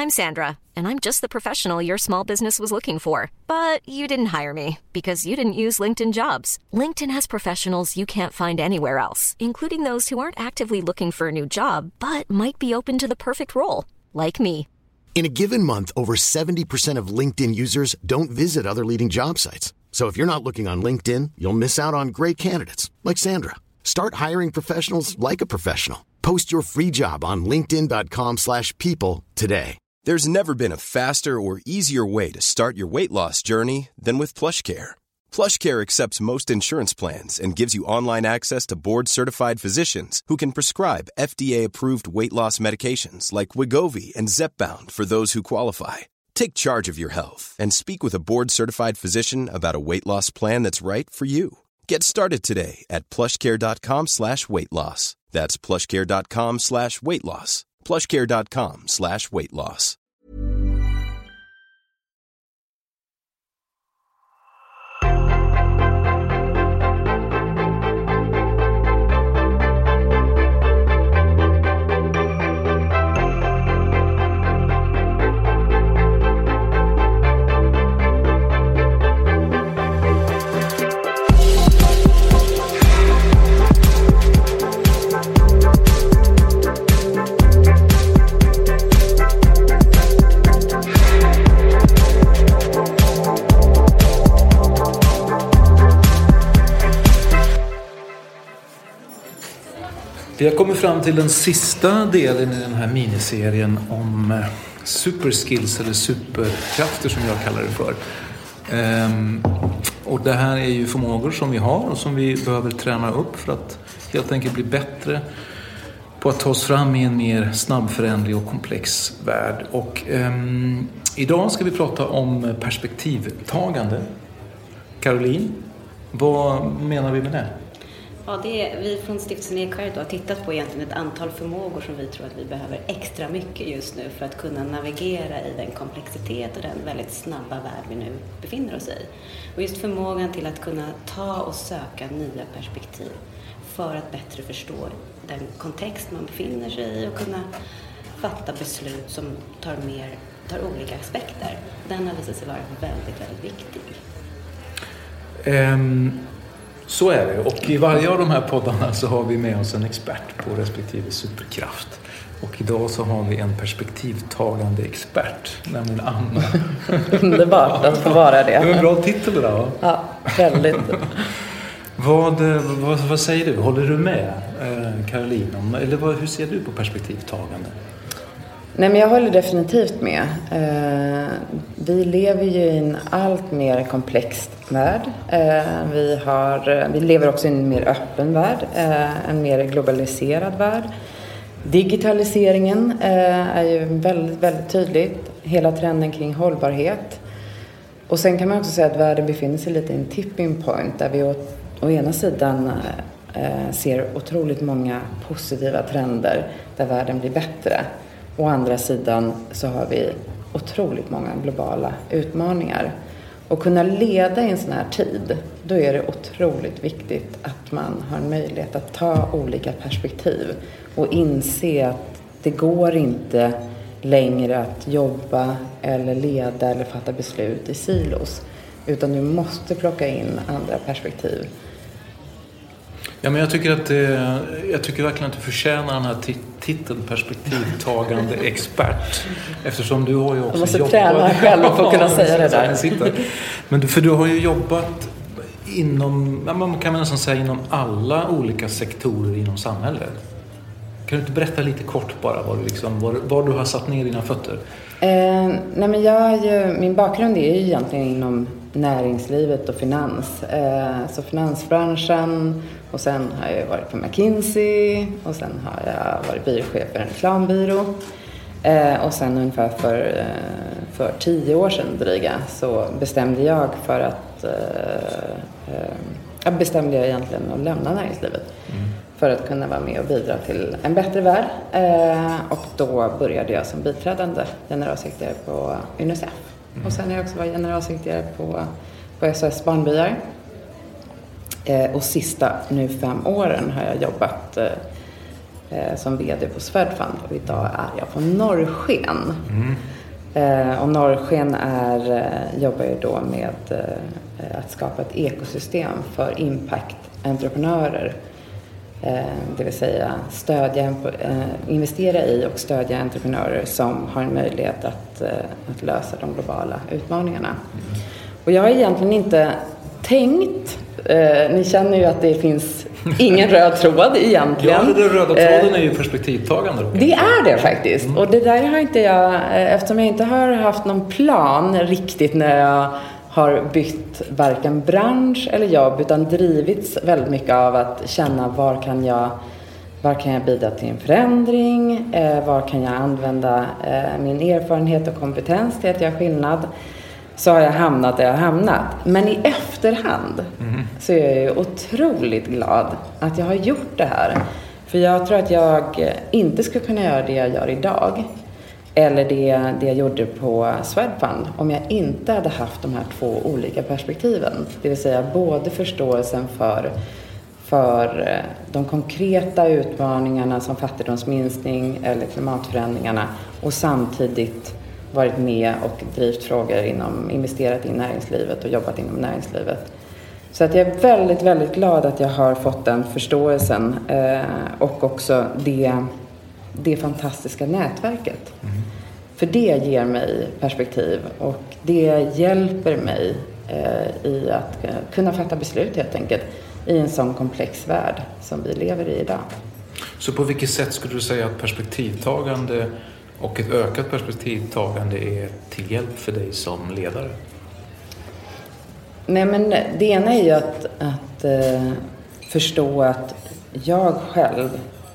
I'm Sandra, and I'm just the professional your small business was looking for. But you didn't hire me because you didn't use LinkedIn Jobs. LinkedIn has professionals you can't find anywhere else, including those who aren't actively looking for a new job, but might be open to the perfect role, like me. In a given month, over 70% of LinkedIn users don't visit other leading job sites. So if you're not looking on LinkedIn, you'll miss out on great candidates like Sandra. Start hiring professionals like a professional. Post your free job on linkedin.com/people today. There's never been a faster or easier way to start your weight loss journey than with PlushCare. PlushCare accepts most insurance plans and gives you online access to board-certified physicians who can prescribe FDA-approved weight loss medications like Wegovy and Zepbound for those who qualify. Take charge of your health and speak with a board-certified physician about a weight loss plan that's right for you. Get started today at plushcare.com/weightloss. That's plushcare.com/weightloss. plushcare.com/weightloss. Vi har kommit fram till den sista delen i den här miniserien om superskills eller superkrafter som jag kallar det för. Och det här är ju förmågor som vi har och som vi behöver träna upp för att helt enkelt bli bättre på att ta oss fram i en mer snabbförändlig och komplex värld. Och idag ska vi prata om perspektivtagande. Caroline, vad menar vi med det? Ja, vi från Stiftelsen Ekskär har tittat på egentligen ett antal förmågor som vi tror att vi behöver extra mycket just nu för att kunna navigera i den komplexitet och den väldigt snabba värld vi nu befinner oss i. Och just förmågan till att kunna ta och söka nya perspektiv för att bättre förstå den kontext man befinner sig i och kunna fatta beslut som tar olika aspekter. Den har visat sig vara väldigt, väldigt viktig. Så är det. Och i varje av de här poddarna så har vi med oss en expert på respektive superkraft. Och idag så har vi en perspektivtagande expert, nämligen Anna. Underbart att få vara det. Det är en bra titel då. Va? Ja, väldigt. Vad säger du? Håller du med Caroline? Eller hur ser du på perspektivtagande? Nej, men jag håller definitivt med. Vi lever ju i en allt mer komplex värld. Vi lever också i en mer öppen värld, en mer globaliserad värld. Digitaliseringen är ju väldigt, väldigt tydligt. Hela trenden kring hållbarhet. Och sen kan man också säga att världen befinner sig lite i en tipping point där vi å ena sidan ser otroligt många positiva trender där världen blir bättre. Å andra sidan så har vi otroligt många globala utmaningar. Och kunna leda i en sån här tid, då är det otroligt viktigt att man har en möjlighet att ta olika perspektiv och inse att det går inte längre att jobba eller leda eller fatta beslut i silos. Utan du måste plocka in andra perspektiv. Ja, men jag tycker verkligen att du förtjänar den här titeln perspektivtagande expert. Eftersom du har ju också jobbat... Jag måste träna själv för att kunna säga det där. Men för du har ju jobbat inom, man kan nästan säga inom alla olika sektorer inom samhället. Kan du inte berätta lite kort bara var du har satt ner dina fötter? Nej, men min bakgrund är ju egentligen inom näringslivet och finans. Så finansbranschen, och sen har jag varit på McKinsey och sen har jag varit byråchef för en reklambyrå. Och sen ungefär för 10 år sedan dryga så bestämde jag egentligen att lämna näringslivet. För att kunna vara med och bidra till en bättre värld. Och då började jag som biträdande generalsekreterare på UNICEF. Och sen har jag också varit generalsekreterare på SOS Barnbyar. Och sista 5 åren har jag jobbat som vd på Swedfund och idag är jag på Norrsken. Och Norrsken jobbar ju då med att skapa ett ekosystem för impact-entreprenörer. Det vill säga investera i och stödja entreprenörer som har en möjlighet att lösa de globala utmaningarna. Och jag har egentligen inte tänkt, ni känner ju att det finns ingen röd tråd egentligen. Ja, den röda tråden är ju perspektivtagande. Det är det faktiskt. Och det där har inte jag, eftersom jag inte har haft någon plan riktigt när jag har bytt varken bransch eller jobb, utan drivits väldigt mycket av att känna var kan jag bidra till en förändring, var kan jag använda min erfarenhet och kompetens till att göra skillnad, så har jag hamnat där jag har hamnat. Men i efterhand så är jag ju otroligt glad att jag har gjort det här. För jag tror att jag inte skulle kunna göra det jag gör idag, eller det jag gjorde på Swedfund, om jag inte hade haft de här 2 olika perspektiven. Det vill säga både förståelsen för de konkreta utmaningarna som fattigdomsminskning eller klimatförändringarna, och samtidigt varit med och drivit frågor investerat i näringslivet och jobbat inom näringslivet. Så att jag är väldigt, väldigt glad att jag har fått den förståelsen och också det fantastiska nätverket. För det ger mig perspektiv och det hjälper mig i att kunna fatta beslut helt enkelt i en sån komplex värld som vi lever i idag. Så på vilket sätt skulle du säga att perspektivtagande och ett ökat perspektivtagande är till hjälp för dig som ledare? Nej, men det ena är ju att förstå att jag själv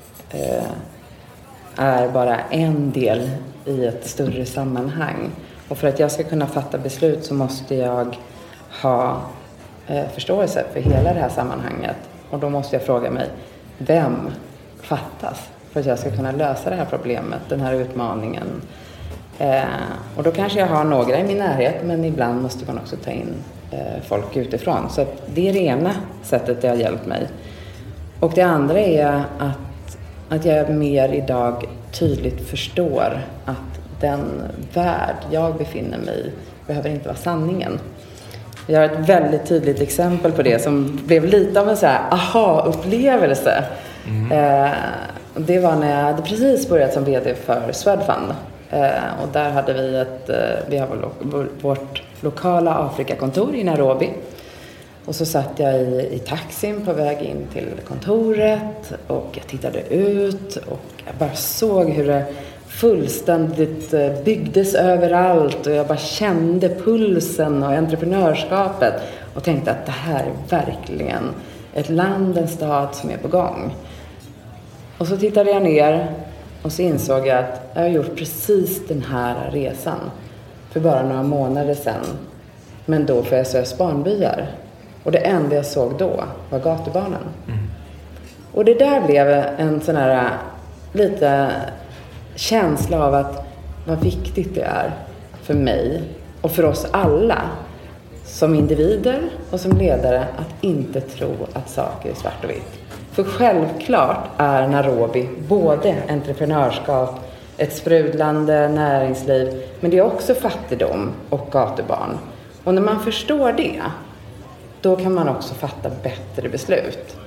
är bara en del i ett större sammanhang. Och för att jag ska kunna fatta beslut så måste jag ha förståelse för hela det här sammanhanget. Och då måste jag fråga mig, vem fattas för att jag ska kunna lösa det här problemet, den här utmaningen? Och då kanske jag har några i min närhet, men ibland måste man också ta in folk utifrån. Så att det är det ena sättet det har hjälpt mig. Och det andra är att jag mer idag tydligt förstår att den värld jag befinner mig i behöver inte vara sanningen. Jag har ett väldigt tydligt exempel på det som blev lite av en så här aha-upplevelse. Det var när jag hade precis börjat som vd för Swedfund. Och där hade vi har vårt lokala Afrikakontor i Nairobi. Och så satt jag i taxin på väg in till kontoret och jag tittade ut och jag bara såg hur det fullständigt byggdes överallt och jag bara kände pulsen och entreprenörskapet och tänkte att det här är verkligen ett land, en stad som är på gång. Och så tittade jag ner och så insåg jag att jag har gjort precis den här resan för bara några månader sedan, men då för SOS Barnbyar. Och det enda jag såg då var gatubarnen. Och det där blev en sån här lite känsla av att vad viktigt det är för mig och för oss alla som individer och som ledare att inte tro att saker är svart och vitt. För självklart är Nairobi både entreprenörskap, ett sprudlande näringsliv, men det är också fattigdom och gatubarn. Och när man förstår det, då kan man också fatta bättre beslut.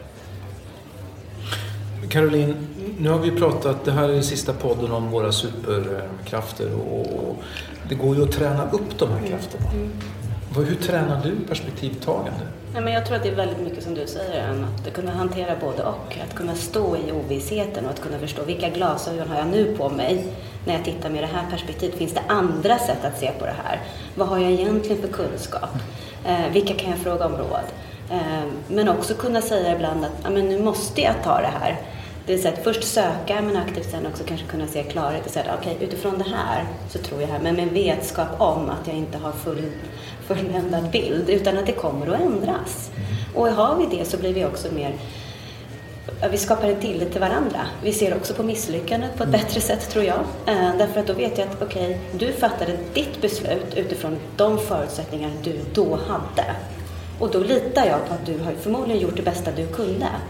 Caroline, nu har vi pratat, det här är den sista podden om våra superkrafter och det går ju att träna upp de här krafterna. Hur tränar du perspektivtagande? Nej, men jag tror att det är väldigt mycket som du säger, att kunna hantera både och. Att kunna stå i ovissheten och att kunna förstå vilka glasögon har jag nu på mig när jag tittar med det här perspektivet. Finns det andra sätt att se på det här? Vad har jag egentligen för kunskap? Vilka kan jag fråga om råd? Men också kunna säga ibland att men nu måste jag ta det här. Det vill säga att först söka men aktivt sen också kanske kunna se klarhet och säga okej, utifrån det här så tror jag här, men med vetskap om att jag inte har fulländad bild utan att det kommer att ändras. Och har vi det så blir vi också mer, vi skapar en tillit till varandra. Vi ser också på misslyckandet på ett bättre sätt tror jag. Därför att då vet jag att okej, du fattade ditt beslut utifrån de förutsättningar du då hade. Och då litar jag på att du har förmodligen gjort det bästa du kunde.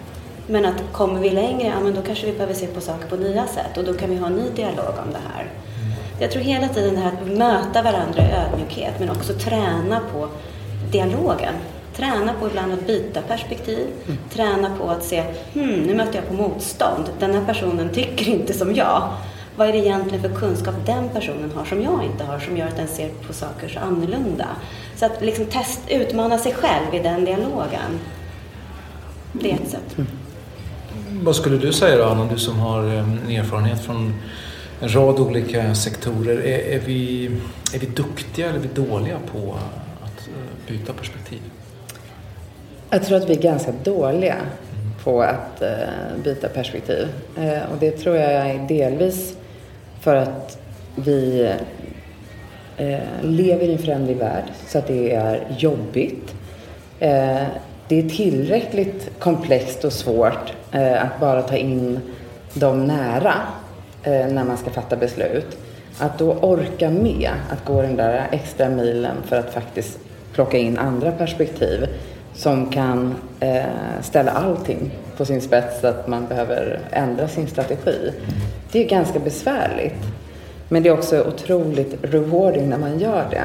Men att kommer vi längre, ja, men då kanske vi behöver se på saker på nya sätt. Och då kan vi ha en ny dialog om det här. Jag tror hela tiden det här att möta varandra i ödmjukhet, men också träna på dialogen. Träna på ibland att byta perspektiv. Träna på att se, nu möter jag på motstånd. Den här personen tycker inte som jag. Vad är det egentligen för kunskap den personen har som jag inte har, som gör att den ser på saker så annorlunda? Så att liksom utmana sig själv i den dialogen. Det är ett sätt. Vad skulle du säga då, Anna, du som har erfarenhet från en rad olika sektorer? Är vi duktiga eller är vi dåliga på att byta perspektiv? Jag tror att vi är ganska dåliga på att byta perspektiv. Och det tror jag är delvis för att vi lever i en föränderlig värld så att det är jobbigt. Det är tillräckligt komplext och svårt att bara ta in de nära när man ska fatta beslut. Att då orka med att gå den där extra milen för att faktiskt plocka in andra perspektiv som kan ställa allting på sin spets så att man behöver ändra sin strategi. Det är ganska besvärligt. Men det är också otroligt rewarding när man gör det.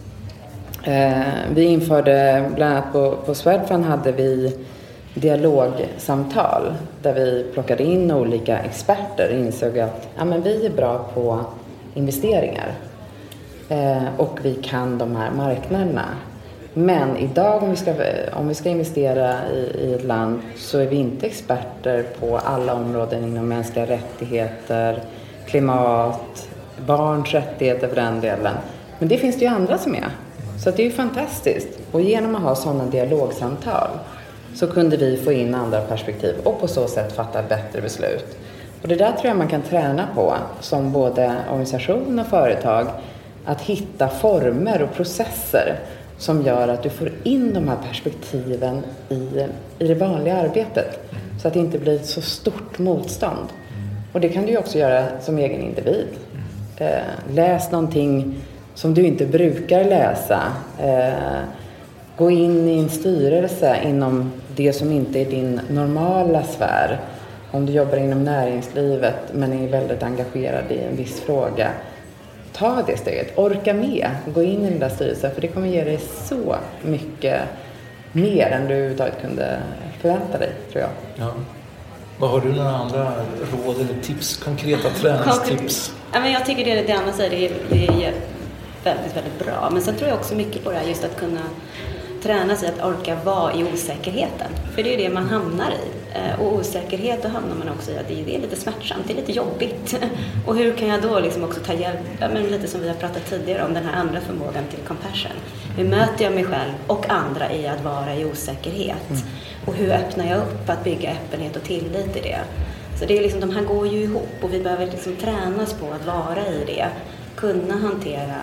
Vi införde, bland annat på Swedfund hade vi dialogsamtal där vi plockade in olika experter och insåg att vi är bra på investeringar och vi kan de här marknaderna. Men idag om vi ska investera i ett land så är vi inte experter på alla områden inom mänskliga rättigheter, klimat, barns rättigheter för den delen. Men det finns det ju andra som är. Så det är ju fantastiskt. Och genom att ha sådana dialogsamtal så kunde vi få in andra perspektiv och på så sätt fatta bättre beslut. Och det där tror jag man kan träna på som både organisation och företag. Att hitta former och processer som gör att du får in de här perspektiven i det vanliga arbetet. Så att det inte blir ett så stort motstånd. Och det kan du ju också göra som egen individ. Läs någonting som du inte brukar läsa. Gå in i en styrelse inom det som inte är din normala sfär. Om du jobbar inom näringslivet men är väldigt engagerad i en viss fråga. Ta det steget. Orka med. Gå in i den där styrelsen. För det kommer ge dig så mycket mer än du överhuvudtaget kunde förvänta dig, tror jag. Ja. Vad har du några andra råd eller tips? Konkreta träningstips? Jag tycker det Anna säger det är väldigt, väldigt bra. Men sen tror jag också mycket på det här just att kunna träna sig att orka vara i osäkerheten. För det är det man hamnar i. Och osäkerhet, då hamnar man också i att det är lite smärtsamt, det är lite jobbigt. Och hur kan jag då liksom också ta hjälp, lite som vi har pratat tidigare om, den här andra förmågan till compassion. Hur möter jag mig själv och andra i att vara i osäkerhet? Och hur öppnar jag upp att bygga öppenhet och tillit i det? Så det är liksom, de här går ju ihop och vi behöver liksom tränas på att vara i det. Kunna hantera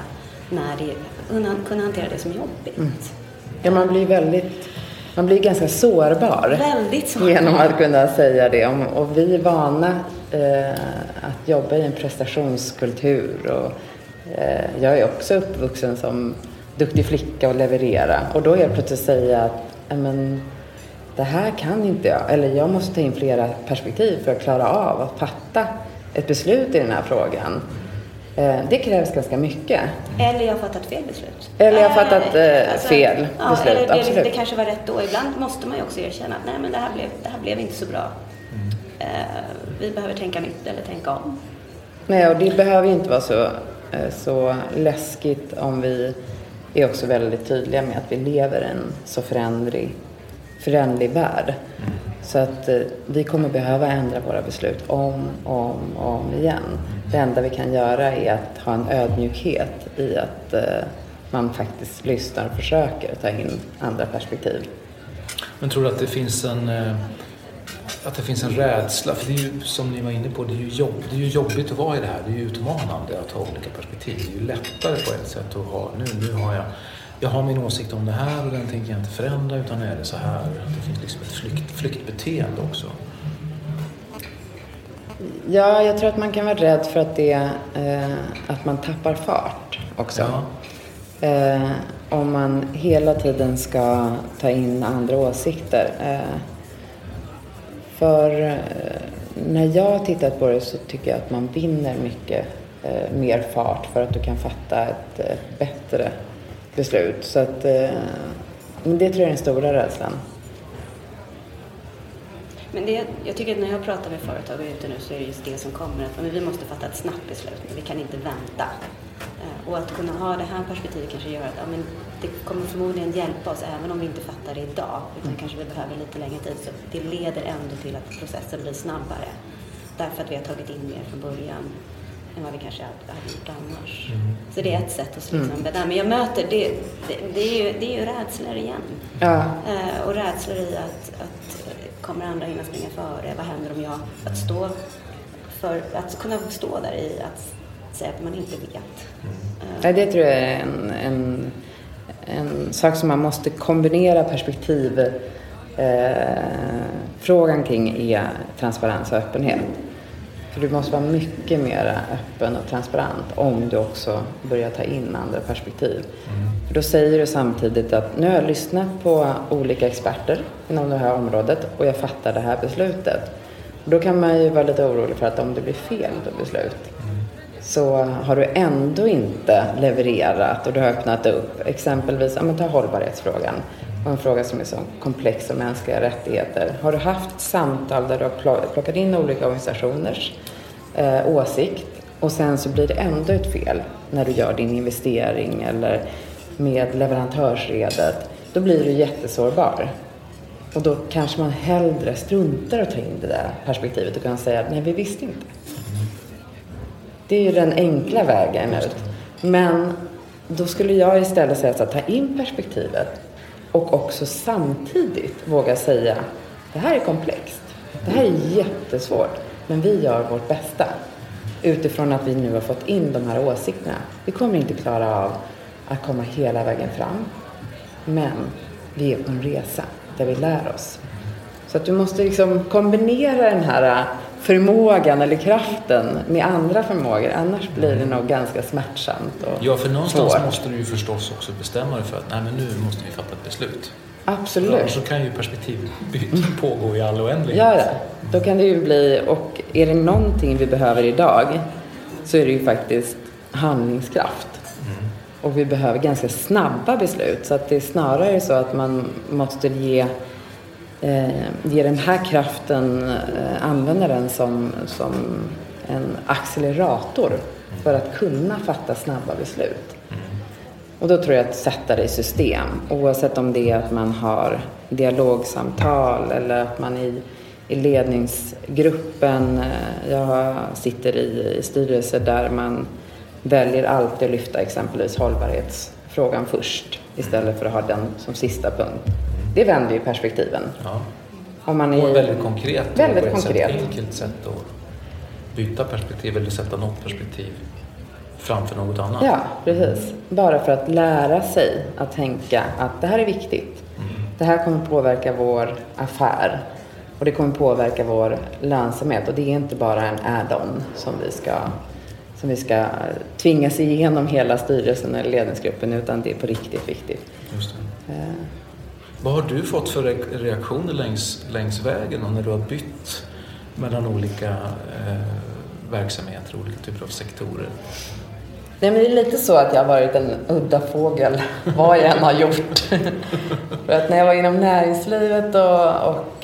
det som är jobbigt. Ja, man blir ganska sårbar. Väldigt sårbar. Genom att kunna säga det. Och vi är vana att jobba i en prestationskultur. Och, jag är också uppvuxen som duktig flicka och leverera. Och då är jag plötsligt säga att det här kan inte jag. Eller jag måste ta in flera perspektiv för att klara av att fatta ett beslut i den här frågan. Det krävs ganska mycket. Eller jag har fattat fel beslut. Eller jag har fattat fel beslut, eller absolut. Det kanske var rätt då. Ibland måste man ju också erkänna att det här blev inte så bra. Vi behöver tänka nytt eller tänka om. Nej, och det behöver inte vara så läskigt om vi är också väldigt tydliga med att vi lever i en så föränderlig värld. Så att vi kommer behöva ändra våra beslut om igen. Det enda vi kan göra är att ha en ödmjukhet i att man faktiskt lyssnar och försöker ta in andra perspektiv. Men tror du att det finns en rädsla? För det är ju, som ni var inne på, det är ju jobbigt att vara i det här. Det är ju utmanande att ha olika perspektiv. Det är ju lättare på ett sätt att ha, nu har jag har min åsikt om det här och den tänker jag inte förändra, utan är det så här. Det finns liksom ett flyktbeteende också. Ja, jag tror att man kan vara rädd för att man tappar fart också. Ja. Om man hela tiden ska ta in andra åsikter. För när jag har tittat på det så tycker jag att man vinner mycket mer fart för att du kan fatta ett bättre beslut. Så att det tror jag är den stora rädslan. Men jag tycker att när jag pratar med företag ute nu så är det just det som kommer. Att vi måste fatta ett snabbt beslut, men vi kan inte vänta. Och att kunna ha det här perspektivet kanske gör att det kommer förmodligen hjälpa oss även om vi inte fattar det idag. Utan kanske vi behöver lite längre tid. Så det leder ändå till att processen blir snabbare. Därför att vi har tagit in mer från början än vad vi kanske hade gjort annars. Så det är ett sätt att liksom det där. Men jag möter, det är ju rädslor igen. Ja. Och rädslor i att kommer andra hinna springa före? Vad händer om jag att kunna stå där i att säga att man inte vet? Ja, det tror jag är en sak som man måste kombinera perspektiv. Frågan kring är transparens och öppenhet. För du måste vara mycket mer öppen och transparent om du också börjar ta in andra perspektiv. För då säger du samtidigt att nu har jag lyssnat på olika experter inom det här området och jag fattar det här beslutet. Och då kan man ju vara lite orolig för att om det blir fel beslut så har du ändå inte levererat och du har öppnat upp. Exempelvis, ta hållbarhetsfrågan. Och en fråga som är så komplex som mänskliga rättigheter. Har du haft ett samtal där du har plockat in olika organisationers åsikt och sen så blir det ändå ett fel när du gör din investering eller med leverantörsredet. Då blir du jättesårbar. Och då kanske man hellre struntar att ta in det där perspektivet och kan säga nej, vi visste inte. Det är ju den enkla vägen ut. Men då skulle jag istället säga att ta in perspektivet och också samtidigt våga säga det här är komplext. Det här är jättesvårt. Men vi gör vårt bästa. Utifrån att vi nu har fått in de här åsikterna. Vi kommer inte klara av att komma hela vägen fram. Men vi är på en resa där vi lär oss. Så att du måste liksom kombinera den här förmågan eller kraften med andra förmågor. Annars blir det nog ganska smärtsamt och ja, för någonstans svårt. Måste du ju förstås också bestämma dig för att nej, men nu måste vi fatta ett beslut. Absolut. Så kan ju perspektivbyten pågå i all oändlighet. Ja, då kan det ju bli, och är det någonting vi behöver idag så är det ju faktiskt handlingskraft. Och vi behöver ganska snabba beslut. Så att det är snarare så att man måste ge den här kraften, använda den som en accelerator för att kunna fatta snabba beslut. Och då tror jag att sätta det i system, oavsett om det är att man har dialogsamtal eller att man i ledningsgruppen, jag sitter i styrelser där man väljer alltid att lyfta exempelvis hållbarhetsfrågan först istället för att ha den som sista punkt. Det vänder ju perspektiven. Ja. Om man är väldigt konkret. Väldigt konkret. Ett enkelt sätt att byta perspektiv eller sätta något perspektiv framför något annat. Ja, precis. Bara för att lära sig att tänka att det här är viktigt. Det här kommer påverka vår affär. Och det kommer påverka vår lönsamhet. Och det är inte bara en add-on som vi ska tvingas igenom hela styrelsen eller ledningsgruppen, utan det är på riktigt viktigt. Just det. Vad har du fått för reaktioner längs vägen och när du har bytt mellan olika verksamheter, olika typer av sektorer? Nej, men det är lite så att jag har varit en udda fågel vad jag än har gjort. För att när jag var inom näringslivet och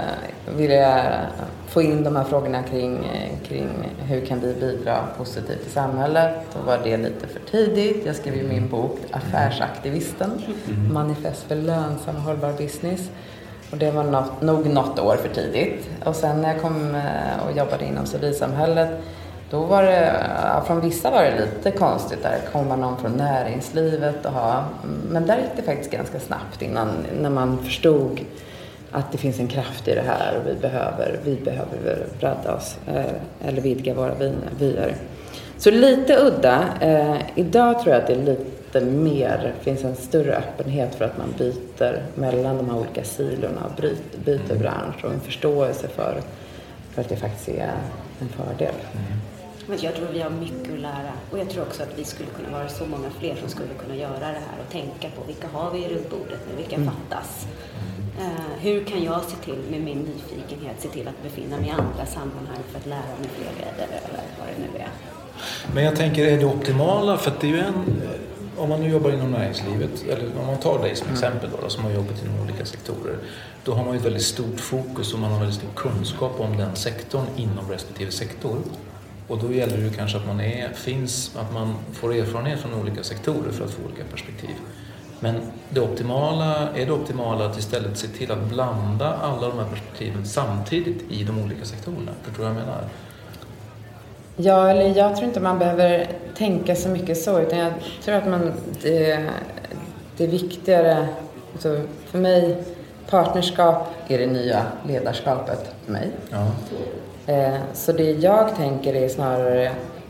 ville få in de här frågorna kring hur kan vi bidra positivt till samhället, då var det lite för tidigt. Jag skrev ju min bok Affärsaktivisten, manifest för lönsam och hållbar business. Och det var nog något år för tidigt. Och sen när jag kom och jobbade inom civilsamhället, då var det, från vissa var det lite konstigt. Där kom man någon från näringslivet men där gick det faktiskt ganska snabbt innan, när man förstod att det finns en kraft i det här och vi behöver bredda oss eller vidga våra vyer. Så lite udda. Idag tror jag att det är lite mer, finns en större öppenhet för att man byter mellan de här olika silorna och byter bransch och en förståelse för att det faktiskt är en fördel. Men jag tror vi har mycket att lära, och jag tror också att vi skulle kunna vara så många fler som skulle kunna göra det här och tänka på vilka har vi i runt bordet nu, vilka fattas. Hur kan jag se till med min nyfikenhet, se till att befinna mig i andra sammanhang för att lära mig fler grejer eller vad det nu är. Men jag tänker, är det optimala? För att det är ju om man nu jobbar inom näringslivet, eller om man tar dig som exempel då, som har jobbat inom olika sektorer, då har man ju ett väldigt stort fokus och man har väldigt stor kunskap om den sektorn inom respektive sektor. Och då gäller det ju kanske att man får erfarenhet från olika sektorer för att få olika perspektiv. Men är det optimala att istället se till att blanda alla de här perspektiven samtidigt i de olika sektorerna? Förstår du vad jag menar? Ja, eller jag tror inte man behöver tänka så mycket så, utan jag tror att det är viktigare, alltså för mig, partnerskap är det nya ledarskapet för mig. Ja. Så det jag tänker är snarare,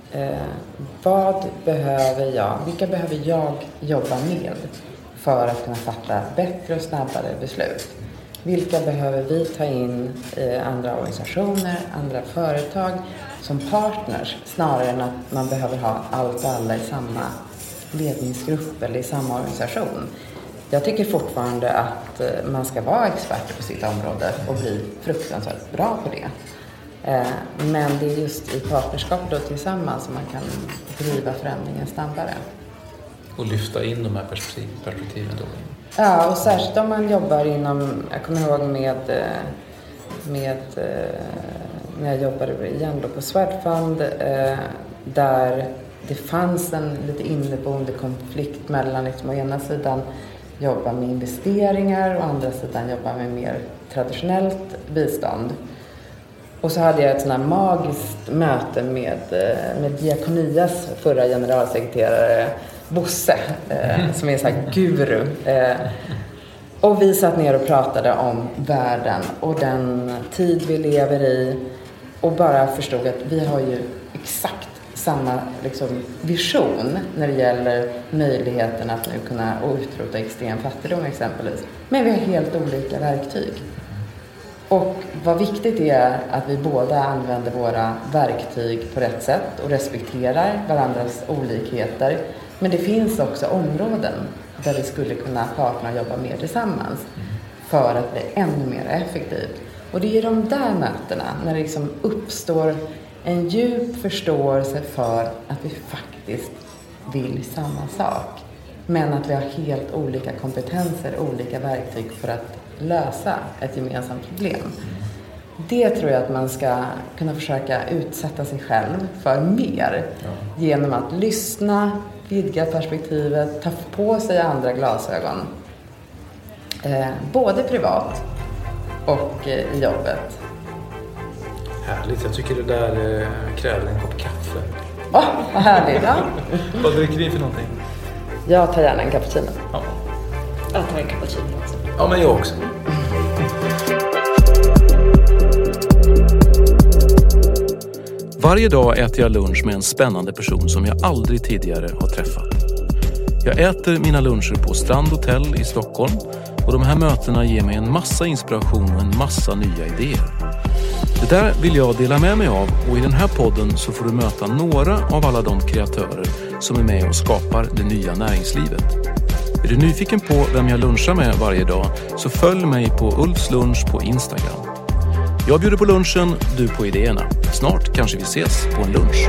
vilka behöver jag jobba med för att kunna fatta bättre och snabbare beslut? Vilka behöver vi ta in i andra organisationer, andra företag som partners, snarare än att man behöver ha allt och alla i samma ledningsgrupp eller i samma organisation. Jag tycker fortfarande att man ska vara expert på sitt område och bli fruktansvärt bra på det. Men det är just i partnerskap då tillsammans som man kan driva förändringen snabbare. Och lyfta in de här perspektiven då? Ja, och särskilt om man jobbar inom, jag kommer ihåg när jag jobbade igen då på Swedfund, där det fanns en lite inneboende konflikt mellan liksom, å ena sidan jobba med investeringar och å andra sidan jobba med mer traditionellt bistånd. Och så hade jag ett sånt här magiskt möte med Diakonias förra generalsekreterare Bosse, som är en sån här guru. Och vi satt ner och pratade om världen och den tid vi lever i och bara förstod att vi har ju exakt samma liksom, vision när det gäller möjligheten att nu kunna utrota extrem fattigdom exempelvis. Men vi har helt olika verktyg. Och vad viktigt är att vi båda använder våra verktyg på rätt sätt och respekterar varandras olikheter. Men det finns också områden där vi skulle kunna partnera och jobba mer tillsammans för att bli ännu mer effektivt. Och det är de där mötena när det liksom uppstår en djup förståelse för att vi faktiskt vill samma sak. Men att vi har helt olika kompetenser, olika verktyg för att lösa ett gemensamt problem. Det tror jag att man ska kunna försöka utsätta sig själv för mer. Genom att lyssna, vidga perspektivet, ta på sig andra glasögon. Både privat och i jobbet. Härligt, jag tycker det där kräver en kopp kaffe. Vad härligt. Ja. Vad dricker ni för någonting? Jag tar gärna en cappuccino. Ja. Jag tar en cappuccino också. Ja, men jag också. Varje dag äter jag lunch med en spännande person som jag aldrig tidigare har träffat. Jag äter mina luncher på Strand Hotel i Stockholm och de här mötena ger mig en massa inspiration och en massa nya idéer. Det där vill jag dela med mig av och i den här podden så får du möta några av alla de kreatörer som är med och skapar det nya näringslivet. Är du nyfiken på vem jag lunchar med varje dag så följ mig på Ulfs lunch på Instagram. Jag bjuder på lunchen, du på idéerna. Snart kanske vi ses på en lunch.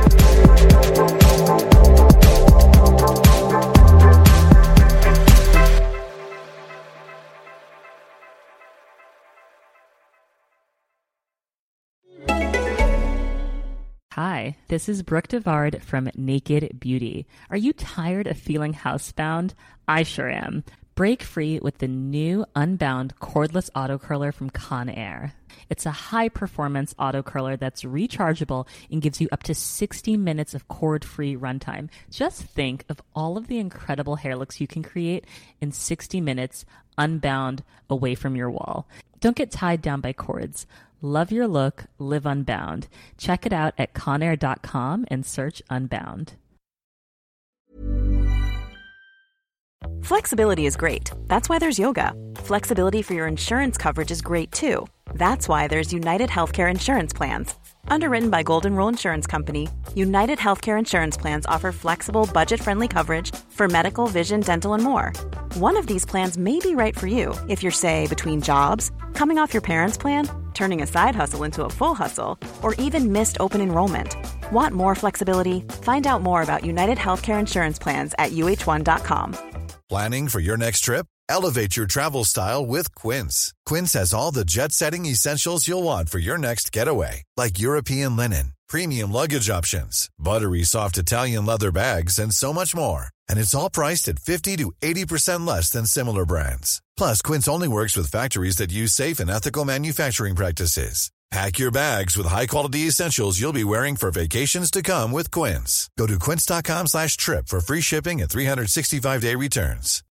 Hi, this is Brooke Devard from Naked Beauty. Are you tired of feeling housebound? I sure am. Break free with the new Unbound cordless auto curler from Conair. It's a high-performance auto curler that's rechargeable and gives you up to 60 minutes of cord-free runtime. Just think of all of the incredible hair looks you can create in 60 minutes unbound away from your wall. Don't get tied down by cords. Love your look, live unbound. Check it out at conair.com and search Unbound. Flexibility is great. That's why there's yoga. Flexibility for your insurance coverage is great too. That's why there's United Healthcare Insurance Plans. Underwritten by Golden Rule Insurance Company, United Healthcare Insurance Plans offer flexible, budget-friendly coverage for medical, vision, dental, and more. One of these plans may be right for you if you're, say, between jobs, coming off your parents' plan, turning a side hustle into a full hustle, or even missed open enrollment. Want more flexibility? Find out more about United Healthcare Insurance Plans at uh1.com. Planning for your next trip? Elevate your travel style with Quince. Quince has all the jet-setting essentials you'll want for your next getaway, like European linen, premium luggage options, buttery soft Italian leather bags, and so much more. And it's all priced at 50 to 80% less than similar brands. Plus, Quince only works with factories that use safe and ethical manufacturing practices. Pack your bags with high-quality essentials you'll be wearing for vacations to come with Quince. Go to quince.com/trip for free shipping and 365-day returns.